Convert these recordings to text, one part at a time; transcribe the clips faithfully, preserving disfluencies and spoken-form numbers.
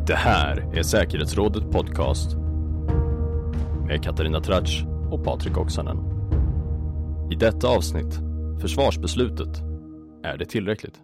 Det här är Säkerhetsrådet podcast med Katarina Tratsch och Patrik Oksanen. I detta avsnitt, försvarsbeslutet, är det tillräckligt?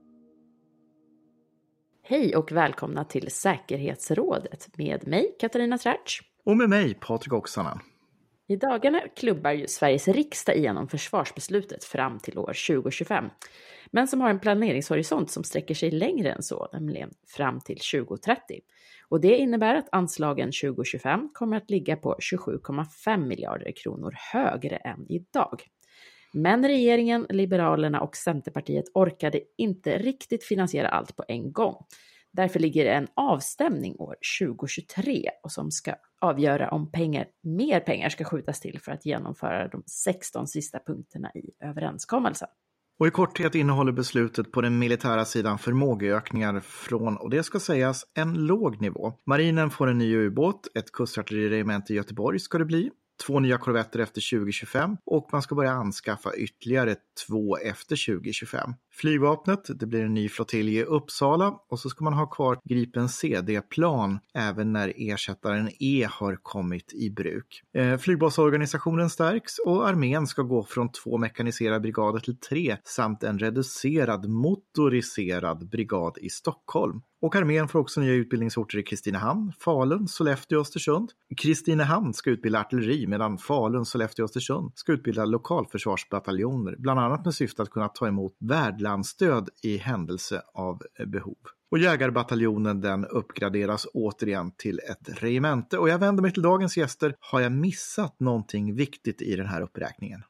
Hej och välkomna till Säkerhetsrådet med mig Katarina Tratsch. Och med mig Patrik Oksanen. I dagarna klubbar ju Sveriges riksdag igenom försvarsbeslutet fram till år tjugo tjugofem. Men som har en planeringshorisont som sträcker sig längre än så, nämligen fram till tjugo trettio. Och det innebär att anslagen tjugo tjugofem kommer att ligga på tjugosju komma fem miljarder kronor högre än idag. Men regeringen, Liberalerna och Centerpartiet orkade inte riktigt finansiera allt på en gång. Därför ligger det en avstämning år tjugo tjugotre och som ska avgöra om pengar, mer pengar ska skjutas till för att genomföra de sexton sista punkterna i överenskommelsen. Och i korthet innehåller beslutet på den militära sidan förmågeökningar från, och det ska sägas, en låg nivå. Marinen får en ny ubåt, ett kustartilleriregemente i Göteborg ska det bli. Två nya korvetter efter tjugo tjugofem och man ska börja anskaffa ytterligare två efter tjugo tjugofem. Flygvapnet, det blir en ny flottilj i Uppsala och så ska man ha kvar Gripen C D-plan även när ersättaren E har kommit i bruk. Eh, flygbasorganisationen stärks och armén ska gå från två mekaniserade brigader till tre samt en reducerad motoriserad brigad i Stockholm. Och armén får också nya utbildningsorter i Kristinehamn, Falun, Sollefteå och Östersund. Kristinehamn ska utbilda artilleri medan Falun, Sollefteå och Östersund ska utbilda lokalförsvarsbataljoner, bland annat med syfte att kunna ta emot värdlandsstöd i händelse av behov. Och jägarbataljonen den uppgraderas återigen till ett regemente. Och jag vänder mig till dagens gäster. Har jag missat någonting viktigt i den här uppräkningen?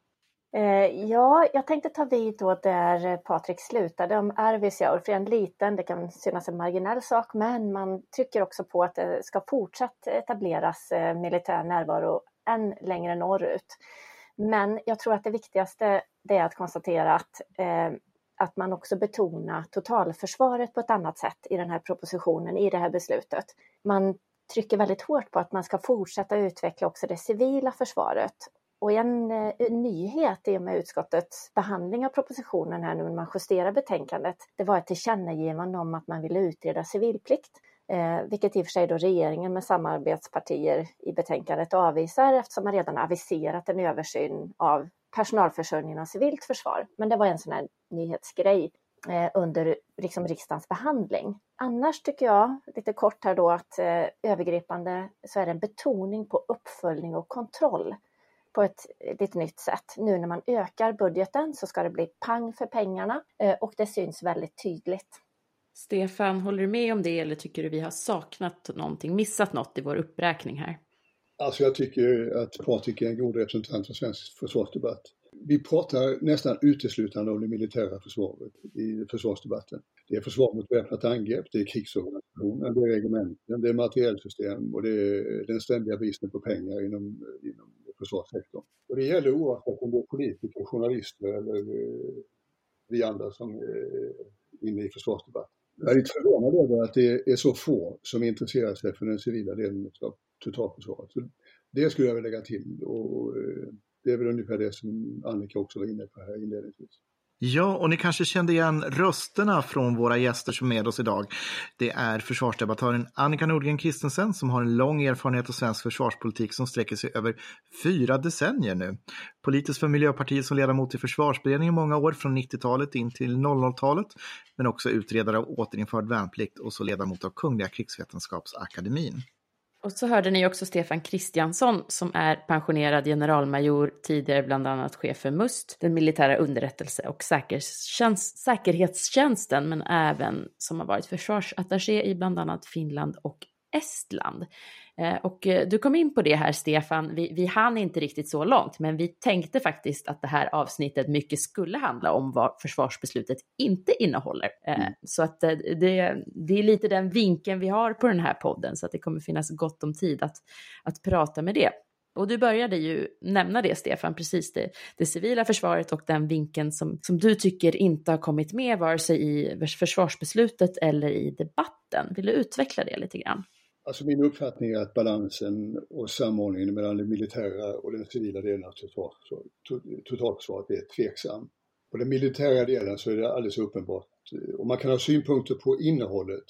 Ja, jag tänkte ta vid då där Patrik slutade om Arvidsjaur. För en liten, det kan synas en marginell sak, men man trycker också på att det ska fortsatt etableras militär närvaro än längre norrut. Men jag tror att det viktigaste det är att konstatera att, eh, att man också betonar totalförsvaret på ett annat sätt i den här propositionen, i det här beslutet. Man trycker väldigt hårt på att man ska fortsätta utveckla också det civila försvaret. Och en, en nyhet i och med utskottets behandling av propositionen här nu när man justerar betänkandet, det var ett tillkännagivande om att man ville utreda civilplikt, eh, vilket i och för sig då regeringen med samarbetspartier i betänkandet avvisar eftersom man redan aviserat en översyn av personalförsörjningen av civilt försvar. Men det var en sån här nyhetsgrej eh, under liksom, riksdagens behandling. Annars tycker jag, lite kort här då, att eh, övergripande så är det en betoning på uppföljning och kontroll på ett lite nytt sätt. Nu när man ökar budgeten så ska det bli pang för pengarna och det syns väldigt tydligt. Stefan, håller du med om det eller tycker du vi har saknat någonting, missat något i vår uppräkning här? Alltså jag tycker att Patrik är en god representant för svensk försvarsdebatt. Vi pratar nästan uteslutande om det militära försvaret i försvarsdebatten. Det är försvar mot väpnat angrepp, det är krigsorganisationen, det är regementen, det är materiellsystem och det är den ständiga bristen på pengar inom, inom försvarssektorn. Och det gäller oavsett om det är politiker, journalister eller eh, vi andra som är inne i försvarsdebatt. Jag är lite förvånad över att det är så få som intresserar sig för den civila delen av totalförsvaret. Så det skulle jag vilja lägga till och eh, det är väl ungefär det som Annika också var inne på här inledningsvis. Ja, och ni kanske kände igen rösterna från våra gäster som är med oss idag. Det är försvarsdebattören Annika Nordgren Christensen som har en lång erfarenhet av svensk försvarspolitik som sträcker sig över fyra decennier nu. Politiskt för Miljöpartiet som ledamot i försvarsberedningen i många år från nittiotalet in till noll noll-talet. Men också utredare av återinförd värnplikt och så ledamot av Kungliga krigsvetenskapsakademin. Och så hörde ni också Stefan Kristiansson som är pensionerad generalmajor, tidigare bland annat chef för MUST, den militära underrättelse- och säkerhetstjänst, säkerhetstjänsten, men även som har varit försvarsattaché i bland annat Finland och Estland. Eh, och eh, du kom in på det här Stefan, vi, vi hann inte riktigt så långt, men vi tänkte faktiskt att det här avsnittet mycket skulle handla om vad försvarsbeslutet inte innehåller. Eh, mm. Så att eh, det, det är lite den vinkeln vi har på den här podden, så att det kommer finnas gott om tid att, att prata med det. Och du började ju nämna det Stefan, precis det, det civila försvaret och den vinkeln som, som du tycker inte har kommit med vare sig i försvarsbeslutet eller i debatten. Vill du utveckla det lite grann? Alltså min uppfattning är att balansen och samordningen mellan den militära och den civila delen av totalförsvaret är tveksam. På den militära delen så är det alldeles uppenbart, och man kan ha synpunkter på innehållet,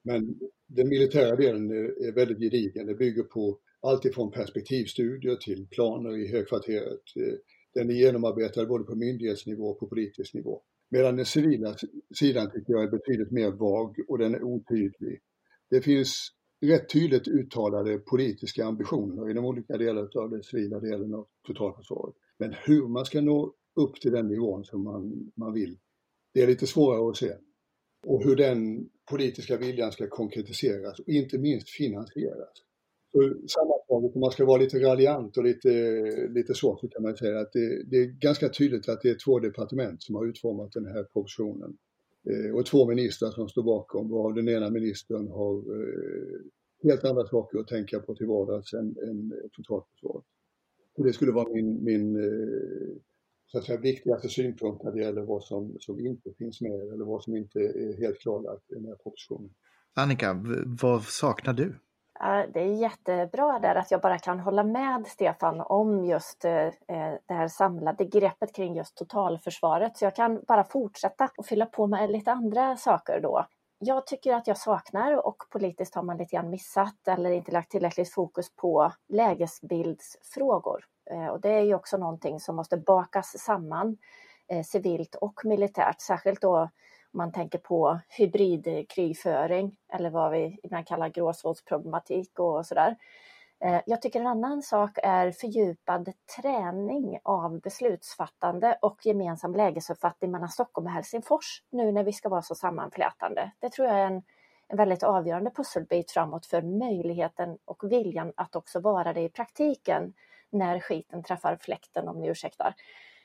Men den militära delen är, är väldigt gedigen. Det bygger på allt ifrån perspektivstudier till planer i högkvarteret. Den är genomarbetad både på myndighetsnivå och på politisk nivå. Medan den civila sidan tycker jag är betydligt mer vag och den är otydlig. Det finns rätt tydligt uttalade politiska ambitioner i de olika delarna av den civila delen av totalförsvaret. Men hur man ska nå upp till den nivån som man, man vill, det är lite svårare att se. Och hur den politiska viljan ska konkretiseras och inte minst finansieras. Så sammantaget, om man ska vara lite raljant och lite, lite så, så kan man säga att det, det är ganska tydligt att det är två departement som har utformat den här propositionen. Eh, och två ministrar som står bakom, varav den ena ministern har eh, helt andra saker att tänka på till vardags än, än totalförsvaret. Och det skulle vara min, min eh, så att säga, viktigaste synpunkt när det gäller vad som, som inte finns med eller vad som inte är helt klarlagt i den här propositionen. Annika, v- vad saknar du? Det är jättebra där att jag bara kan hålla med Stefan om just eh, det här samlade greppet kring just totalförsvaret. Så jag kan bara fortsätta och fylla på med lite andra saker då. Jag tycker att jag saknar, och politiskt har man lite grann missat eller inte lagt tillräckligt fokus på lägesbildsfrågor. Eh, och det är ju också någonting som måste bakas samman eh, civilt och militärt, särskilt då om man tänker på hybridkrigföring eller vad vi ibland kallar gråzonsproblematik och sådär. Jag tycker en annan sak är fördjupad träning av beslutsfattande och gemensam lägesuppfattning mellan Stockholm och Helsingfors nu när vi ska vara så sammanflätande. Det tror jag är en, en väldigt avgörande pusselbit framåt för möjligheten och viljan att också vara det i praktiken när skiten träffar fläkten, om ni ursäktar.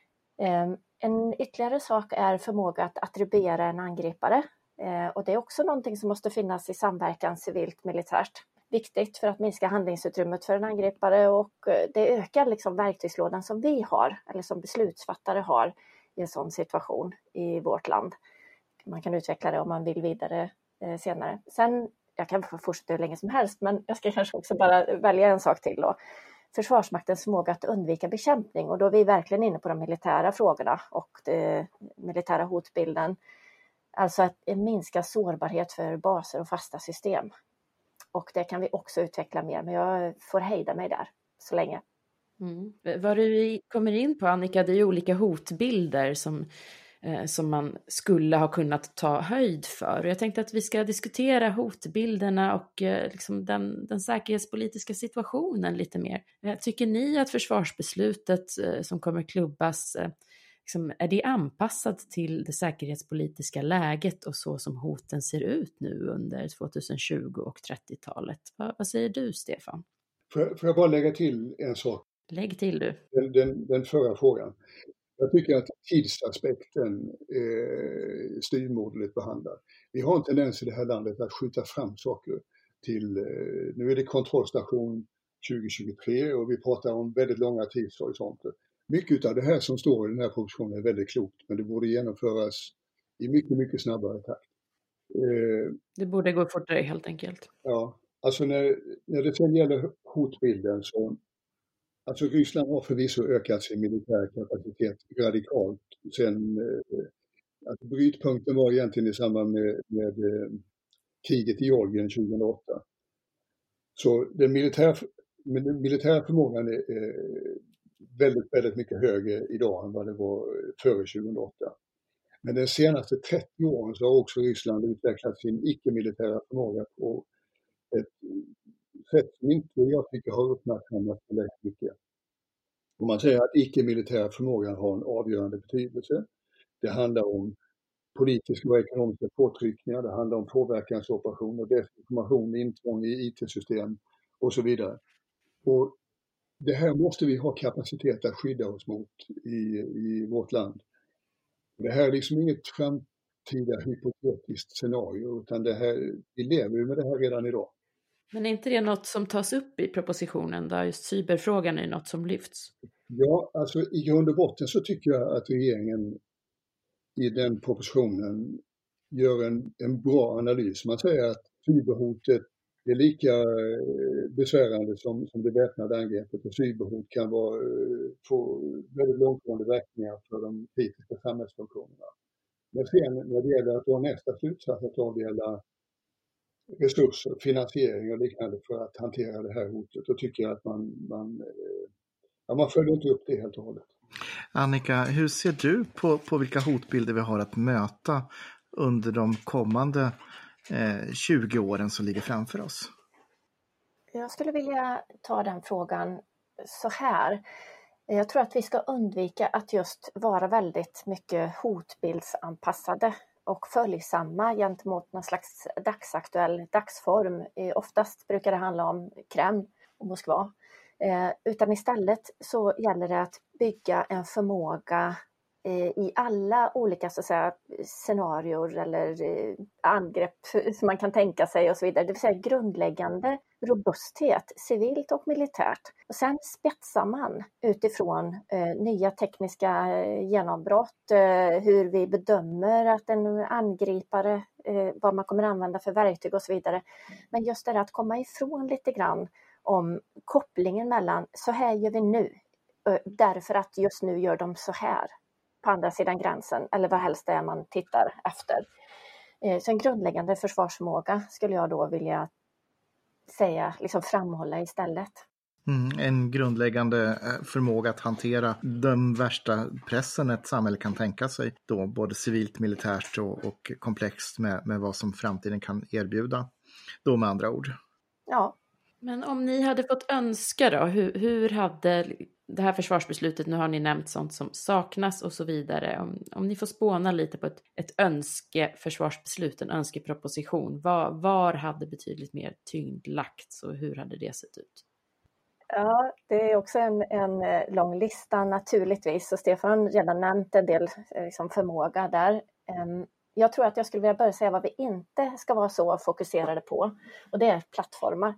En ytterligare sak är förmåga att attribuera en angripare, och det är också någonting som måste finnas i samverkan civilt militärt. Viktigt för att minska handlingsutrymmet för en angripare, och det ökar liksom verktygslådan som vi har eller som beslutsfattare har i en sån situation i vårt land. Man kan utveckla det om man vill vidare senare. Sen, jag kan fortsätta hur länge som helst, men jag ska kanske också bara välja en sak till då. Försvarsmaktens förmåga att undvika bekämpning, och då är vi verkligen inne på de militära frågorna och den militära hotbilden. Alltså att minska sårbarhet för baser och fasta system. Och det kan vi också utveckla mer, men jag får hejda mig där så länge. Mm. Vad du kommer in på, Annika, det är ju olika hotbilder som, eh, som man skulle ha kunnat ta höjd för. Jag tänkte att vi ska diskutera hotbilderna och eh, liksom den, den säkerhetspolitiska situationen lite mer. Eh, tycker ni att försvarsbeslutet eh, som kommer klubbas, eh, liksom, är det anpassat till det säkerhetspolitiska läget och så som hoten ser ut nu under tjugo och trettiotalet? Va, vad säger du, Stefan? Får, får jag bara lägga till en sak? Lägg till du. Den, den, den förra frågan. Jag tycker att tidsaspekten är styrmodligt behandlad. Vi har en tendens i det här landet att skjuta fram saker till, nu är det kontrollstation tjugo tjugotre och vi pratar om väldigt långa tidshorisonter. Mycket av det här som står i den här propositionen är väldigt klokt, men det borde genomföras i mycket, mycket snabbare takt. Det borde gå fortare helt enkelt. Ja, alltså när, när det sen gäller hotbilden så, alltså Ryssland har förvisso ökat sin militär kapacitet radikalt. Sen, alltså brytpunkten var egentligen i samband med, med kriget i Georgien tjugohundraåtta. Så den militära, den militära förmågan är, är väldigt, väldigt mycket högre idag än vad det var före tjugohundraåtta. Men de senaste trettio åren så har också Ryssland utvecklat sin icke-militära förmåga på ett sätt som inte jag tycker har uppmärksammats tillräckligt mycket. Om man säger att icke-militära förmågan har en avgörande betydelse. Det handlar om politiska och ekonomiska påtryckningar, det handlar om påverkansoperationer, desinformation, intrång i I T-system och så vidare. Och det här måste vi ha kapacitet att skydda oss mot i, i vårt land. Det här är liksom inget framtida hypotetiskt scenario, utan det här, vi lever med det här redan idag. Men är inte det något som tas upp i propositionen där just cyberfrågan är något som lyfts? Ja, alltså i grund och botten så tycker jag att regeringen i den propositionen gör en, en bra analys. Man säger att cyberhotet är lika besvärande som, som det väpnade angreppet, och cyberhot kan vara, få väldigt långtgående verkningar för de kritiska samhällsfunktionerna. Men sen när det gäller att dra nästa slutsats, att avdela resurser, finansiering och liknande för att hantera det här hotet. Då tycker jag att man, man, ja, man följer inte upp det helt och hållet. Annika, hur ser du på, på vilka hotbilder vi har att möta under de kommande eh, tjugo åren som ligger framför oss? Jag skulle vilja ta den frågan så här. Jag tror att vi ska undvika att just vara väldigt mycket hotbildsanpassade och följsamma gentemot någon slags dagsaktuell dagsform. Oftast brukar det handla om Kreml och Moskva. Eh, utan istället så gäller det att bygga en förmåga eh, i alla olika så att säga, scenarier eller eh, angrepp som man kan tänka sig och så vidare. Det vill säga grundläggande robusthet, civilt och militärt. Och sen spetsar man utifrån eh, nya tekniska eh, genombrott, eh, hur vi bedömer att en angripare, eh, vad man kommer använda för verktyg och så vidare. Men just det att komma ifrån lite grann om kopplingen mellan så här gör vi nu, därför att just nu gör de så här på andra sidan gränsen, eller vad helst det är man tittar efter. Så en grundläggande försvarsförmåga skulle jag då vilja säga, liksom framhålla istället. Mm, en grundläggande förmåga att hantera den värsta pressen ett samhälle kan tänka sig, då både civilt, militärt och, och komplext med, med vad som framtiden kan erbjuda, då med andra ord. Ja. Men om ni hade fått önska då, hur, hur hade det här försvarsbeslutet, nu har ni nämnt sånt som saknas och så vidare, om, om ni får spåna lite på ett, ett önskeförsvarsbeslut, en önskeproposition, var, var hade betydligt mer tyngd lagts och hur hade det sett ut? Ja, det är också en, en lång lista naturligtvis, och Stefan har redan nämnt en del liksom, förmåga där. Jag tror att jag skulle vilja börja säga vad vi inte ska vara så fokuserade på, och det är plattformar.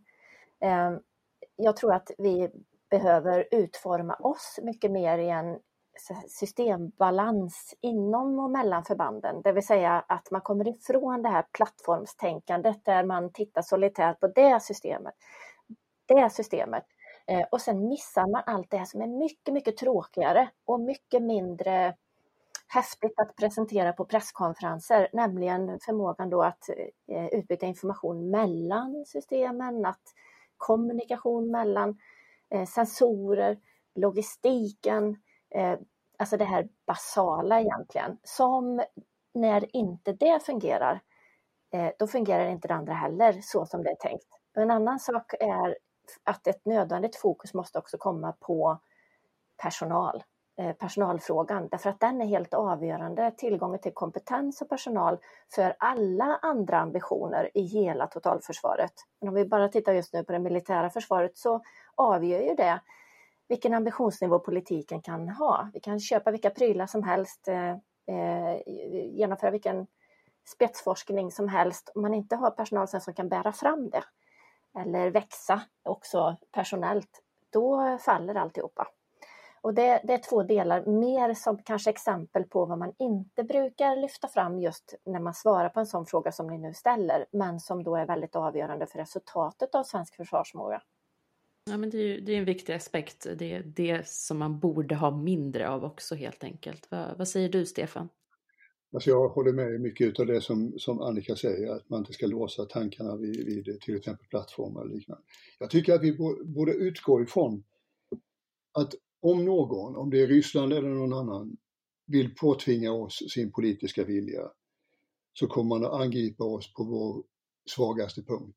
Jag tror att vi behöver utforma oss mycket mer i en systembalans inom och mellan förbanden. Det vill säga att man kommer ifrån det här plattformstänkandet där man tittar solitärt på det systemet. Det systemet. Och sen missar man allt det här som är mycket, mycket tråkigare och mycket mindre häftigt att presentera på presskonferenser, nämligen förmågan då att utbyta information mellan systemen, att kommunikation mellan eh, sensorer, logistiken, eh, alltså det här basala egentligen, som när inte det fungerar, eh, då fungerar inte det andra heller så som det är tänkt. En annan sak är att ett nödvändigt fokus måste också komma på personal. personalfrågan, därför att den är helt avgörande, tillgången till kompetens och personal för alla andra ambitioner i hela totalförsvaret. Men om vi bara tittar just nu på det militära försvaret så avgör ju det vilken ambitionsnivå politiken kan ha. Vi kan köpa vilka prylar som helst, eh, genomföra vilken spetsforskning som helst, om man inte har personal som kan bära fram det eller växa också personellt, då faller alltihopa. Och det, det är två delar, mer som kanske exempel på vad man inte brukar lyfta fram just när man svarar på en sån fråga som ni nu ställer, men som då är väldigt avgörande för resultatet av svensk försvarsförmåga. Ja, men det är ju det är en viktig aspekt. Det är det som man borde ha mindre av också helt enkelt. Vad, vad säger du, Stefan? Alltså jag håller med mycket av det som, som Annika säger, att man inte ska låsa tankarna vid, vid till exempel plattformar och liknande. Jag tycker att vi borde utgå ifrån att om någon, om det är Ryssland eller någon annan, vill påtvinga oss sin politiska vilja, så kommer man att angripa oss på vår svagaste punkt.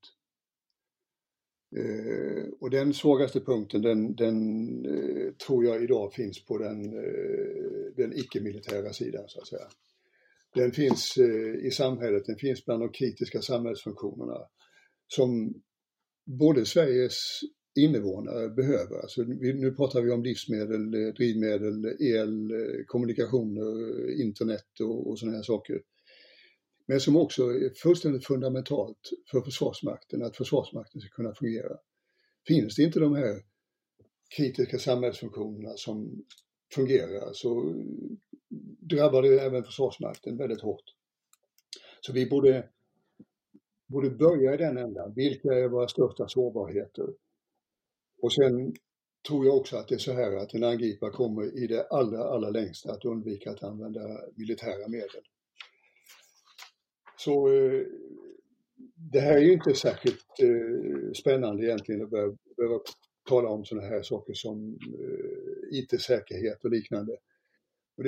Eh, och den svagaste punkten, den, den eh, tror jag idag finns på den, eh, den icke-militära sidan, så att säga. Den finns eh, i samhället, den finns bland de kritiska samhällsfunktionerna som både Sveriges invånare behöver. Alltså, vi, nu pratar vi om livsmedel, drivmedel, el, kommunikationer, internet och, och sådana här saker. Men som också är fullständigt fundamentalt för Försvarsmakten, att Försvarsmakten ska kunna fungera. Finns det inte de här kritiska samhällsfunktionerna som fungerar, så drabbar det även Försvarsmakten väldigt hårt. Så vi borde, borde börja i den ändan. Vilka är våra största sårbarheter? Och sen tror jag också att det är så här att en angripare kommer i det allra, allra längsta att undvika att använda militära medel. Så eh, det här är ju inte särskilt eh, spännande egentligen att börja, börja tala om sådana här saker som eh, I T-säkerhet och liknande. Och det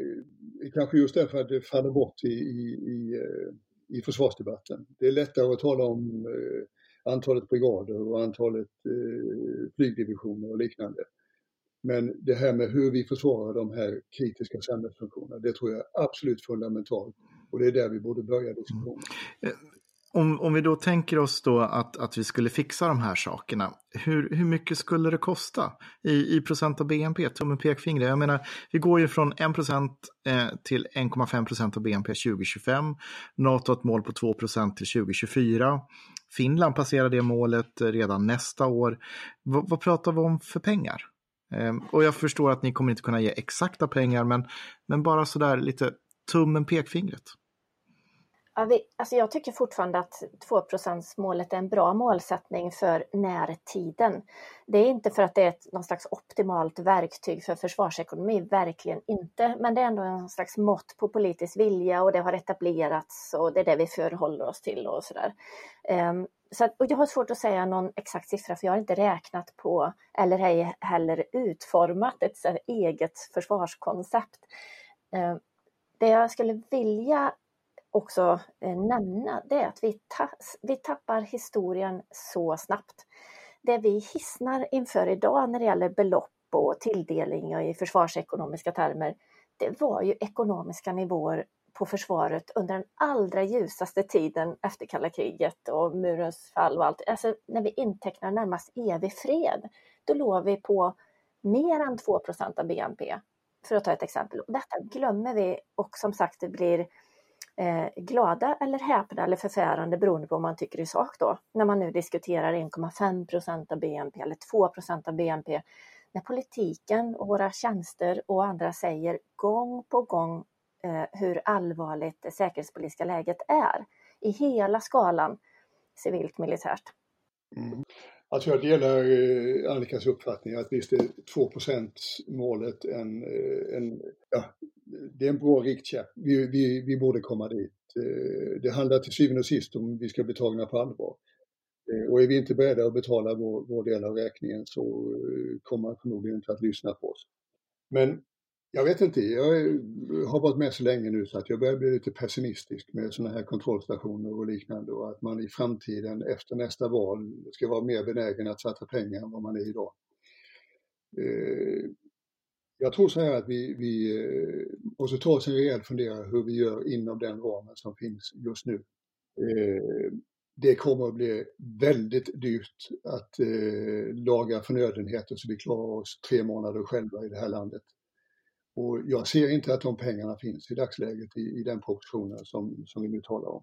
är kanske just därför att det faller bort i, i, i, i försvarsdebatten. Det är lättare att tala om eh, antalet brigader och antalet eh, flygdivisioner och liknande. Men det här med hur vi försvarar de här kritiska samhällsfunktionerna, det tror jag är absolut fundamentalt. Och det är där vi borde börja diskussionen. Mm. Om, om vi då tänker oss då att, att vi skulle fixa de här sakerna, hur, hur mycket skulle det kosta i, i procent av B N P, tummen pekfingret? Jag menar, vi går ju från en procent eh, till en komma fem procent av B N P tjugo tjugofem. NATO har ett mål på två procent till tjugo tjugofyra. Finland passerar det målet redan nästa år. V- vad pratar vi om för pengar? Eh, och jag förstår att ni kommer inte kunna ge exakta pengar, men, men bara sådär lite tummen pekfingret. Ja, vi, alltså jag tycker fortfarande att två procent-målet är en bra målsättning för närtiden. Det är inte för att det är ett någon slags optimalt verktyg för försvarsekonomi, verkligen inte. Men det är ändå en slags mått på politisk vilja och det har etablerats och det är det vi förhåller oss till och sådär. Um, så att, och jag har svårt att säga någon exakt siffra för jag har inte räknat på eller ej heller utformat ett så här, eget försvarskoncept. Um, det jag skulle vilja också eh, nämna det är att vi, ta- vi tappar historien så snabbt. Det vi hissnar inför idag när det gäller belopp och tilldelning och i försvarsekonomiska termer, det var ju ekonomiska nivåer på försvaret under den allra ljusaste tiden efter kalla kriget och murens fall och allt. Alltså när vi intecknar närmast evig fred, då låg vi på mer än två procent av B N P, för att ta ett exempel. Och detta glömmer vi och som sagt det blir Eh, glada eller häpna eller förfärande beroende på vad man tycker i sak då. När man nu diskuterar en komma fem procent av B N P eller två procent av B N P. När politiken och våra tjänster och andra säger gång på gång eh, hur allvarligt det säkerhetspolitiska läget är. I hela skalan civilt militärt. Mm. Alltså jag delar eh, Annikas uppfattning att visst är två procent-målet en, en, ja, det är en bra riktkäpp. Vi, vi, vi borde komma dit. Eh, det handlar till syvende och sist om vi ska bli tagna på allvar. Eh, och är vi inte beredda att betala vår, vår del av räkningen så eh, kommer man förmodligen inte att lyssna på oss. Men jag vet inte, jag har varit med så länge nu så att jag börjar bli lite pessimistisk med sådana här kontrollstationer och liknande och att man i framtiden efter nästa val ska vara mer benägen att satsa pengar än vad man är idag. Jag tror så här att vi, vi måste ta oss en rejäl fundera hur vi gör inom den ramen som finns just nu. Det kommer att bli väldigt dyrt att laga förnödenheter så vi klarar oss tre månader själva i det här landet. Och jag ser inte att de pengarna finns i dagsläget i, i den propositionen som, som vi nu talar om.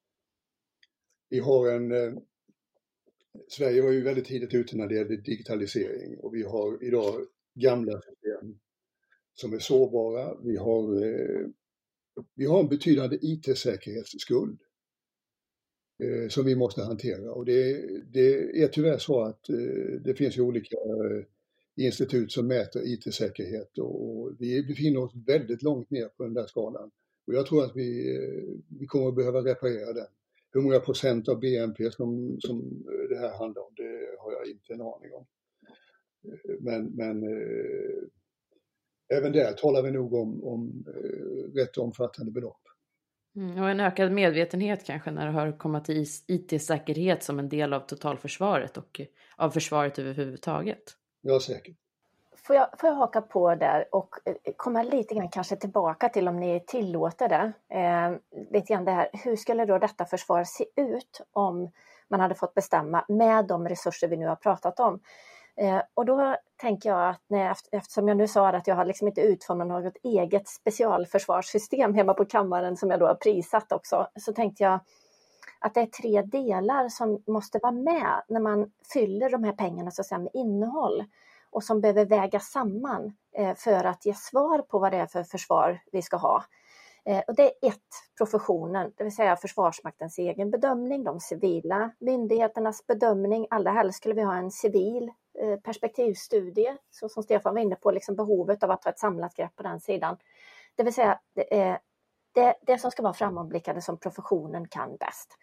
Vi har en, eh, Sverige var ju väldigt tidigt ute när det gäller digitalisering och vi har idag gamla system som är sårbara. Vi har, eh, vi har en betydande I T-säkerhetsskuld eh, som vi måste hantera. Och det, det är tyvärr så att eh, det finns ju olika eh, institut som mäter I T-säkerhet och vi befinner oss väldigt långt ner på den där skalan. Och jag tror att vi, vi kommer att behöva reparera den. Hur många procent av B N P som, som det här handlar om, det har jag inte en aning om. Men, men äh, även där talar vi nog om, om äh, rätt omfattande belopp. Mm, och en ökad medvetenhet kanske när det har kommit till I T-säkerhet som en del av totalförsvaret och av försvaret överhuvudtaget. Ja, säkert. Får jag, får jag haka på där och komma lite grann kanske tillbaka till om ni tillåter det. Eh, lite grann det här, hur skulle då detta försvar se ut om man hade fått bestämma med de resurser vi nu har pratat om? Eh, och då tänker jag att när, eftersom jag nu sa att jag har liksom inte utformat något eget specialförsvarssystem hemma på kammaren som jag då har prisat också, så tänkte jag att det är tre delar som måste vara med när man fyller de här pengarna så att säga med innehåll och som behöver vägas samman eh, för att ge svar på vad det är för försvar vi ska ha. Eh, och det är ett, professionen, det vill säga Försvarsmaktens egen bedömning, de civila myndigheternas bedömning. Allra helst skulle vi ha en civil eh, perspektivstudie, så som Stefan var inne på, liksom behovet av att ha ett samlat grepp på den sidan. Det vill säga det, är, det, det som ska vara framåtblickande som professionen kan bäst.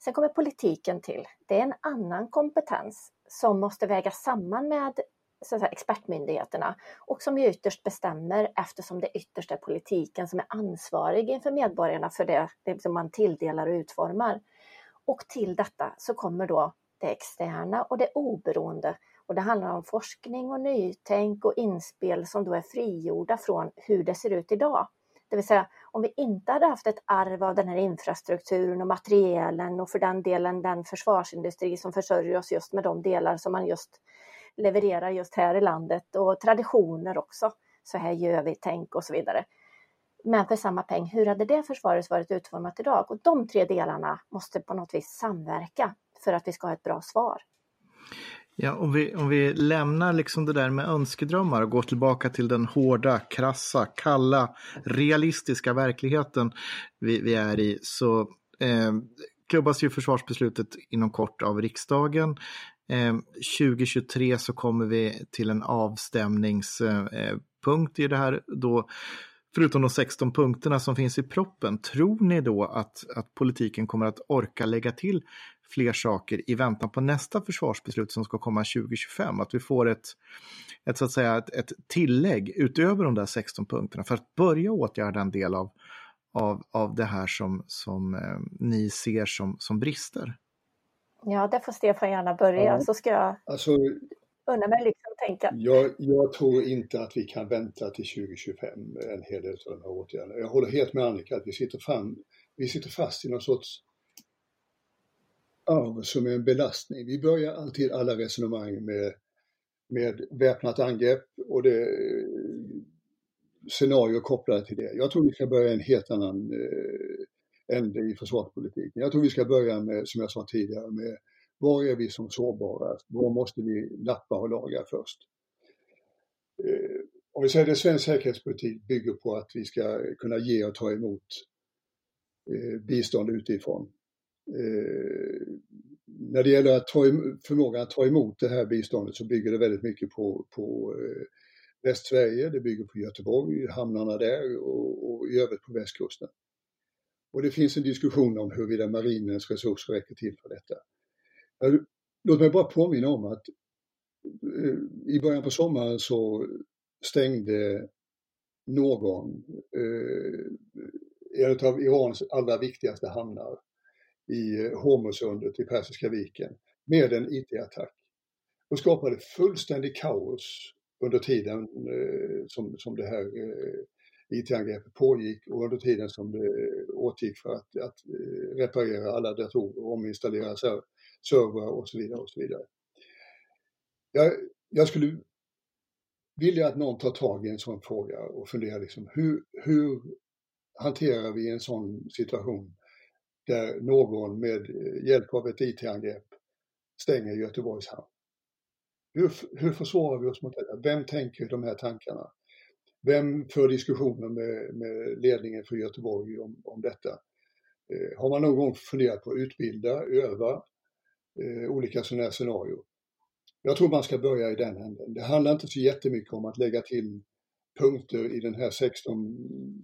Sen kommer politiken till. Det är en annan kompetens som måste vägas samman med så att säga, expertmyndigheterna och som ytterst bestämmer, eftersom det ytterst är politiken som är ansvarig inför medborgarna för det, det som man tilldelar och utformar. Och till detta så kommer då det externa och det oberoende. Och det handlar om forskning och nytänk och inspel som då är frigjorda från hur det ser ut idag. Det vill säga, om vi inte hade haft ett arv av den här infrastrukturen och materielen och för den delen den försvarsindustri som försörjer oss just med de delar som man just levererar just här i landet och traditioner också. Så här gör vi, tänk och så vidare. Men för samma peng, hur hade det försvaret varit utformat idag? Och de tre delarna måste på något vis samverka för att vi ska ha ett bra svar. Ja, om vi, om vi lämnar liksom det där med önskedrömmar och går tillbaka till den hårda, krassa, kalla, realistiska verkligheten vi, vi är i, så eh, klubbas ju försvarsbeslutet inom kort av riksdagen. Eh, tjugo tjugotre så kommer vi till en avstämningspunkt eh, i det här då. Förutom de sexton punkterna som finns i proppen, tror ni då att, att politiken kommer att orka lägga till fler saker i väntan på nästa försvarsbeslut som ska komma tjugo tjugofem? Att vi får ett, ett, så att säga, ett, ett tillägg utöver de där sexton punkterna för att börja åtgärda en del av, av, av det här som, som eh, ni ser som, som brister? Ja, det får Stefan gärna börja, ja. Så ska jag alltså, unna mig liksom tänka. Jag, jag tror inte att vi kan vänta till tjugo tjugofem en hel del av de här åtgärderna. Jag håller helt med Annika att vi sitter, fram, vi sitter fast i någon sorts arv som är en belastning. Vi börjar alltid alla resonemang med, med väpnat angrepp och det scenario kopplade till det. Jag tror vi ska börja en helt annan eh, ände i försvarspolitiken. Jag tror vi ska börja med, som jag sa tidigare, med var är vi som sårbara? Var måste vi lappa och laga först? Eh, om vi säger att svensk säkerhetspolitik bygger på att vi ska kunna ge och ta emot eh, bistånd utifrån. Eh, när det gäller att ta em- förmågan att ta emot det här biståndet så bygger det väldigt mycket på, på eh, Västsverige, det bygger på Göteborg, hamnarna där och, och i övrigt på västkusten. Och det finns en diskussion om huruvida marinens resurser räcker till för detta. Låt mig bara påminna om att eh, i början på sommaren så stängde någon eh, en av Irans allra viktigaste hamnar i Hormuzsundet i Persiska viken med en I T-attack och skapade fullständig kaos under tiden eh, som, som det här eh, I T-angreppet pågick och under tiden som det åtgick för att, att reparera alla datorer, ominstallera servrar och så vidare och så vidare. Jag, jag skulle vilja att någon tar tag i en sån fråga och funderar liksom hur, hur hanterar vi en sån situation där någon med hjälp av ett I T-angrepp stänger Göteborgs hamn. Hur, hur försvarar vi oss mot detta? Vem tänker de här tankarna? Vem för diskussioner med, med ledningen för Göteborg om, om detta? Eh, har man någon gång funderat på att utbilda, öva eh, olika sådana här scenarier? Jag tror man ska börja i den änden. Det handlar inte så jättemycket om att lägga till punkter i den här sexton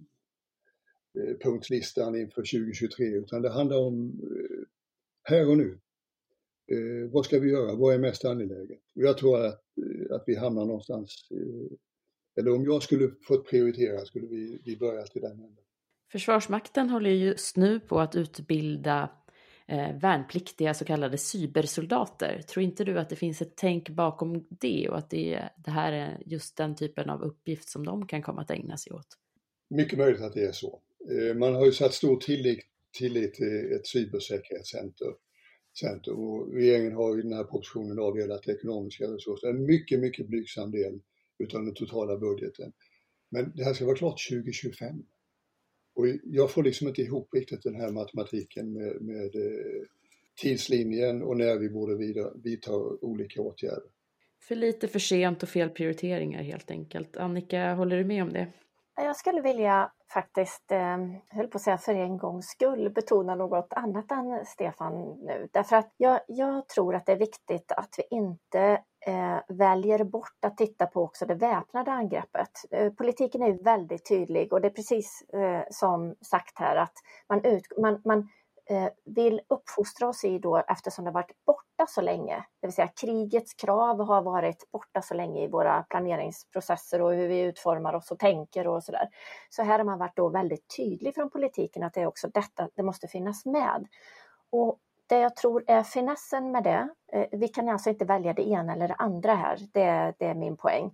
punktslistan inför tjugo tjugotre, utan det handlar om eh, här och nu. Eh, vad ska vi göra? Vad är mest angeläget? Jag tror att, att vi hamnar någonstans, eh, eller om jag skulle fått prioritera skulle vi, vi börja till den änden. Försvarsmakten håller just nu på att utbilda eh, värnpliktiga så kallade cybersoldater. Tror inte du att det finns ett tänk bakom det och att det, det här är just den typen av uppgift som de kan komma att ägna sig åt? Mycket möjligt att det är så. Eh, man har ju satt stor tillit, tillit till ett cybersäkerhetscenter. Center. Och regeringen har i den här propositionen avdelat ekonomiska resurser. En mycket, mycket blygsam del utav den totala budgeten. Men det här ska vara klart tjugo tjugofem. Och jag får liksom inte ihop riktigt den här matematiken med, med eh, tidslinjen och när vi borde vidta, vidta olika åtgärder. För lite för sent och fel prioriteringar helt enkelt. Annika, håller du med om det? Jag skulle vilja faktiskt, eh, höll på att säga för en gångs skull, betona något annat än Stefan nu. Därför att jag, jag tror att det är viktigt att vi inte eh, väljer bort att titta på också det väpnade angreppet. Eh, politiken är väldigt tydlig och det är precis eh, som sagt här att man, ut, man, man vill uppfostra oss i då, eftersom det varit borta så länge. Det vill säga krigets krav har varit borta så länge i våra planeringsprocesser och hur vi utformar oss och tänker och sådär. Så här har man varit då väldigt tydlig från politiken att det är också detta, det måste finnas med. Och det jag tror är finessen med det, vi kan alltså inte välja det ena eller det andra här, det, det är min poäng.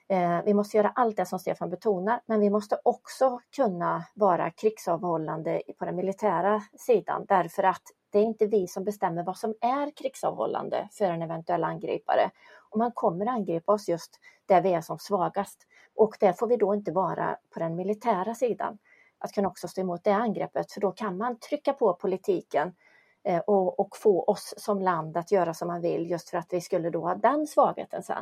Vi måste göra allt det som Stefan betonar, men vi måste också kunna vara krigsavhållande på den militära sidan, därför att det är inte vi som bestämmer vad som är krigsavhållande för en eventuell angripare. Och man kommer angripa oss just där vi är som svagast. Och där får vi då inte vara på den militära sidan, att kunna också stå emot det angreppet, för då kan man trycka på politiken och, och få oss som land att göra som man vill, just för att vi skulle då ha den svagheten sen.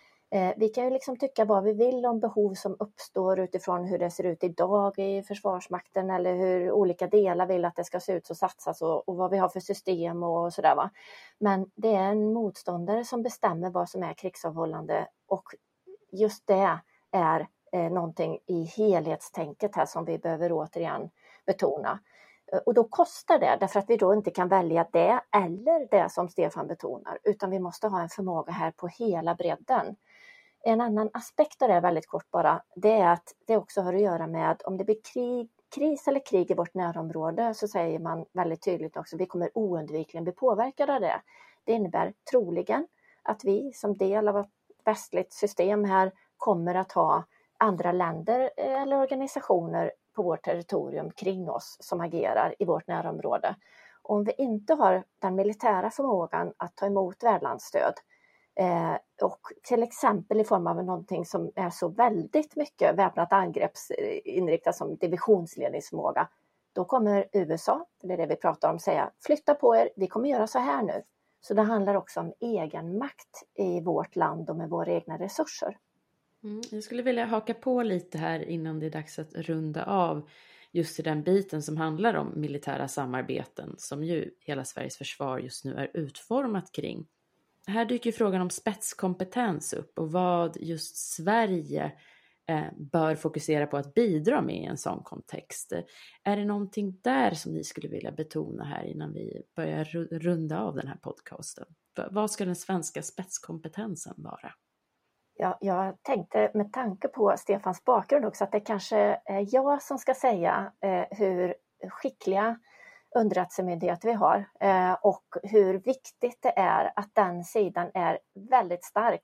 Vi kan ju liksom tycka vad vi vill om behov som uppstår utifrån hur det ser ut idag i Försvarsmakten, eller hur olika delar vill att det ska se ut och satsas och, och vad vi har för system och sådär va. Men det är en motståndare som bestämmer vad som är krigsavhållande, och just det är eh, någonting i helhetstänket här som vi behöver återigen betona. Och då kostar det, därför att vi då inte kan välja det eller det som Stefan betonar, utan vi måste ha en förmåga här på hela bredden. En annan aspekt av det, väldigt kort bara, det är att det också har att göra med om det blir krig, kris eller krig i vårt närområde, så säger man väldigt tydligt också att vi kommer oundvikligen bli påverkade av det. Det innebär troligen att vi som del av ett västligt system här kommer att ha andra länder eller organisationer på vårt territorium kring oss som agerar i vårt närområde. Och om vi inte har den militära förmågan att ta emot värdlandsstöd, eh, och till exempel i form av någonting som är så väldigt mycket väpnat angreppsinriktat som divisionsledningsförmåga, då kommer U S A, det är det vi pratar om, säga flytta på er, vi kommer göra så här nu. Så det handlar också om egen makt i vårt land och med våra egna resurser. Mm, jag skulle vilja haka på lite här innan det är dags att runda av just i den biten som handlar om militära samarbeten som ju hela Sveriges försvar just nu är utformat kring. Här dyker frågan om spetskompetens upp och vad just Sverige eh, bör fokusera på att bidra med i en sån kontext. Är det någonting där som ni skulle vilja betona här innan vi börjar runda av den här podcasten? V- vad ska den svenska spetskompetensen vara? Ja, jag tänkte med tanke på Stefans bakgrund också att det kanske är jag som ska säga eh, hur skickliga underrättelsemyndigheter vi har eh, och hur viktigt det är att den sidan är väldigt stark.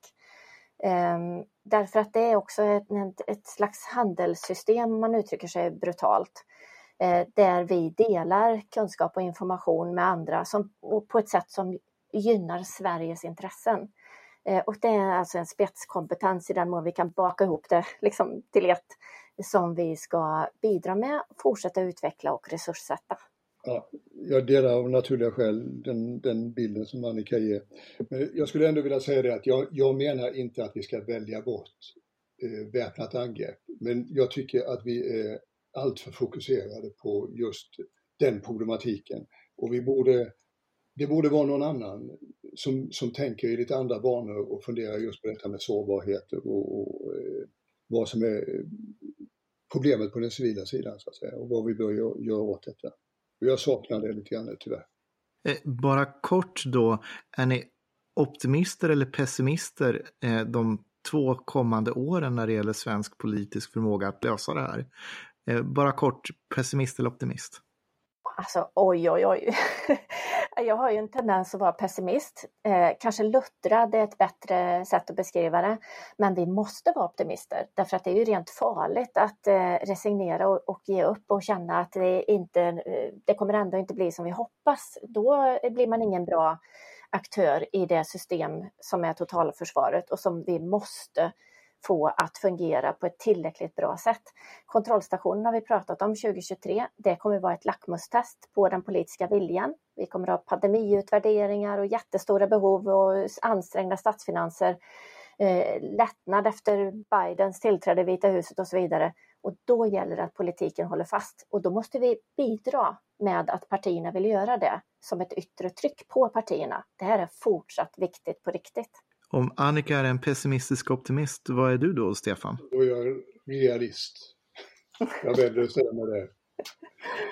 Eh, därför att det är också ett, ett slags handelssystem, man uttrycker sig brutalt, eh, där vi delar kunskap och information med andra som, och på ett sätt som gynnar Sveriges intressen. Och det är alltså en spetskompetens i den mån vi kan baka ihop det liksom till ett som vi ska bidra med, fortsätta utveckla och resurssätta. Ja, jag delar av naturliga skäl den, den bilden som Annika ger. Men jag skulle ändå vilja säga det att jag, jag menar inte att vi ska välja bort eh, väpnat angrepp. Men jag tycker att vi är alltför fokuserade på just den problematiken. Och vi borde... Det borde vara någon annan som, som tänker i lite andra banor och funderar just på detta med sårbarheter och, och eh, vad som är problemet på den civila sidan så att säga, och vad vi bör göra, göra åt detta. Och jag saknar det lite grann tyvärr. Bara kort då, är ni optimister eller pessimister eh, de två kommande åren när det gäller svensk politisk förmåga att lösa det här? Eh, bara kort, pessimist eller optimist? Alltså oj oj oj. Jag har ju en tendens att vara pessimist. Eh, kanske luttrad är ett bättre sätt att beskriva det. Men vi måste vara optimister. Därför att det är ju rent farligt att eh, resignera och, och ge upp och känna att det, inte, eh, det kommer ändå inte bli som vi hoppas. Då blir man ingen bra aktör i det system som är totalförsvaret och som vi måste få att fungera på ett tillräckligt bra sätt. Kontrollstationen har vi pratat om tjugo tjugotre. Det kommer vara ett lackmustest på den politiska viljan. Vi kommer att ha pandemiutvärderingar och jättestora behov och ansträngda statsfinanser. Eh, lättnad efter Bidens tillträde i Vita huset och så vidare. Och då gäller det att politiken håller fast. Och då måste vi bidra med att partierna vill göra det som ett yttre tryck på partierna. Det här är fortsatt viktigt på riktigt. Om Annika är en pessimistisk optimist, vad är du då, Stefan? Då är jag realist. Jag väljer att ställa mig där.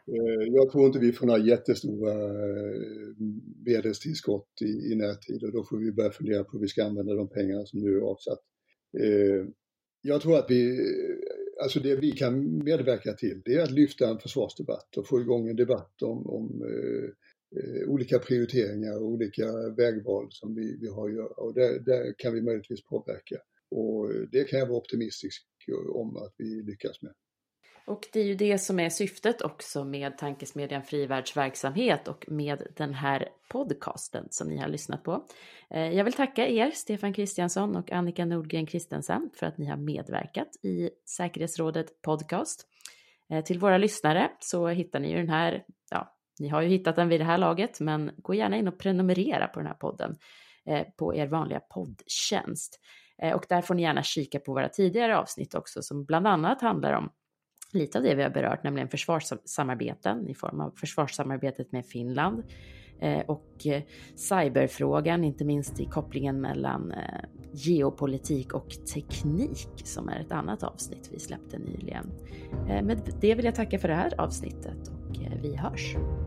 Jag tror inte vi får några jättestora medelstillskott i, i närtid, och då får vi börja fundera på hur vi ska använda de pengar som nu är avsatt. Jag tror att vi, alltså det vi kan medverka till, det är att lyfta en försvarsdebatt och få igång en debatt om, om eh, olika prioriteringar och olika vägval som vi, vi har att göra, och där, där kan vi möjligtvis påverka, och det kan jag vara optimistisk om att vi lyckas med. Och det är ju det som är syftet också med Tankesmedjan Frivärldsverksamhet och med den här podcasten som ni har lyssnat på. Jag vill tacka er, Stefan Kristiansson och Annika Nordgren Christensen, för att ni har medverkat i Säkerhetsrådet podcast. Till våra lyssnare så hittar ni ju den här, ja, ni har ju hittat den vid det här laget, men gå gärna in och prenumerera på den här podden på er vanliga poddtjänst. Och där får ni gärna kika på våra tidigare avsnitt också, som bland annat handlar om lite av det vi har berört, nämligen försvarssamarbeten i form av försvarssamarbetet med Finland eh, och eh, cyberfrågan, inte minst i kopplingen mellan eh, geopolitik och teknik, som är ett annat avsnitt vi släppte nyligen. Eh, med det vill jag tacka för det här avsnittet, och eh, vi hörs.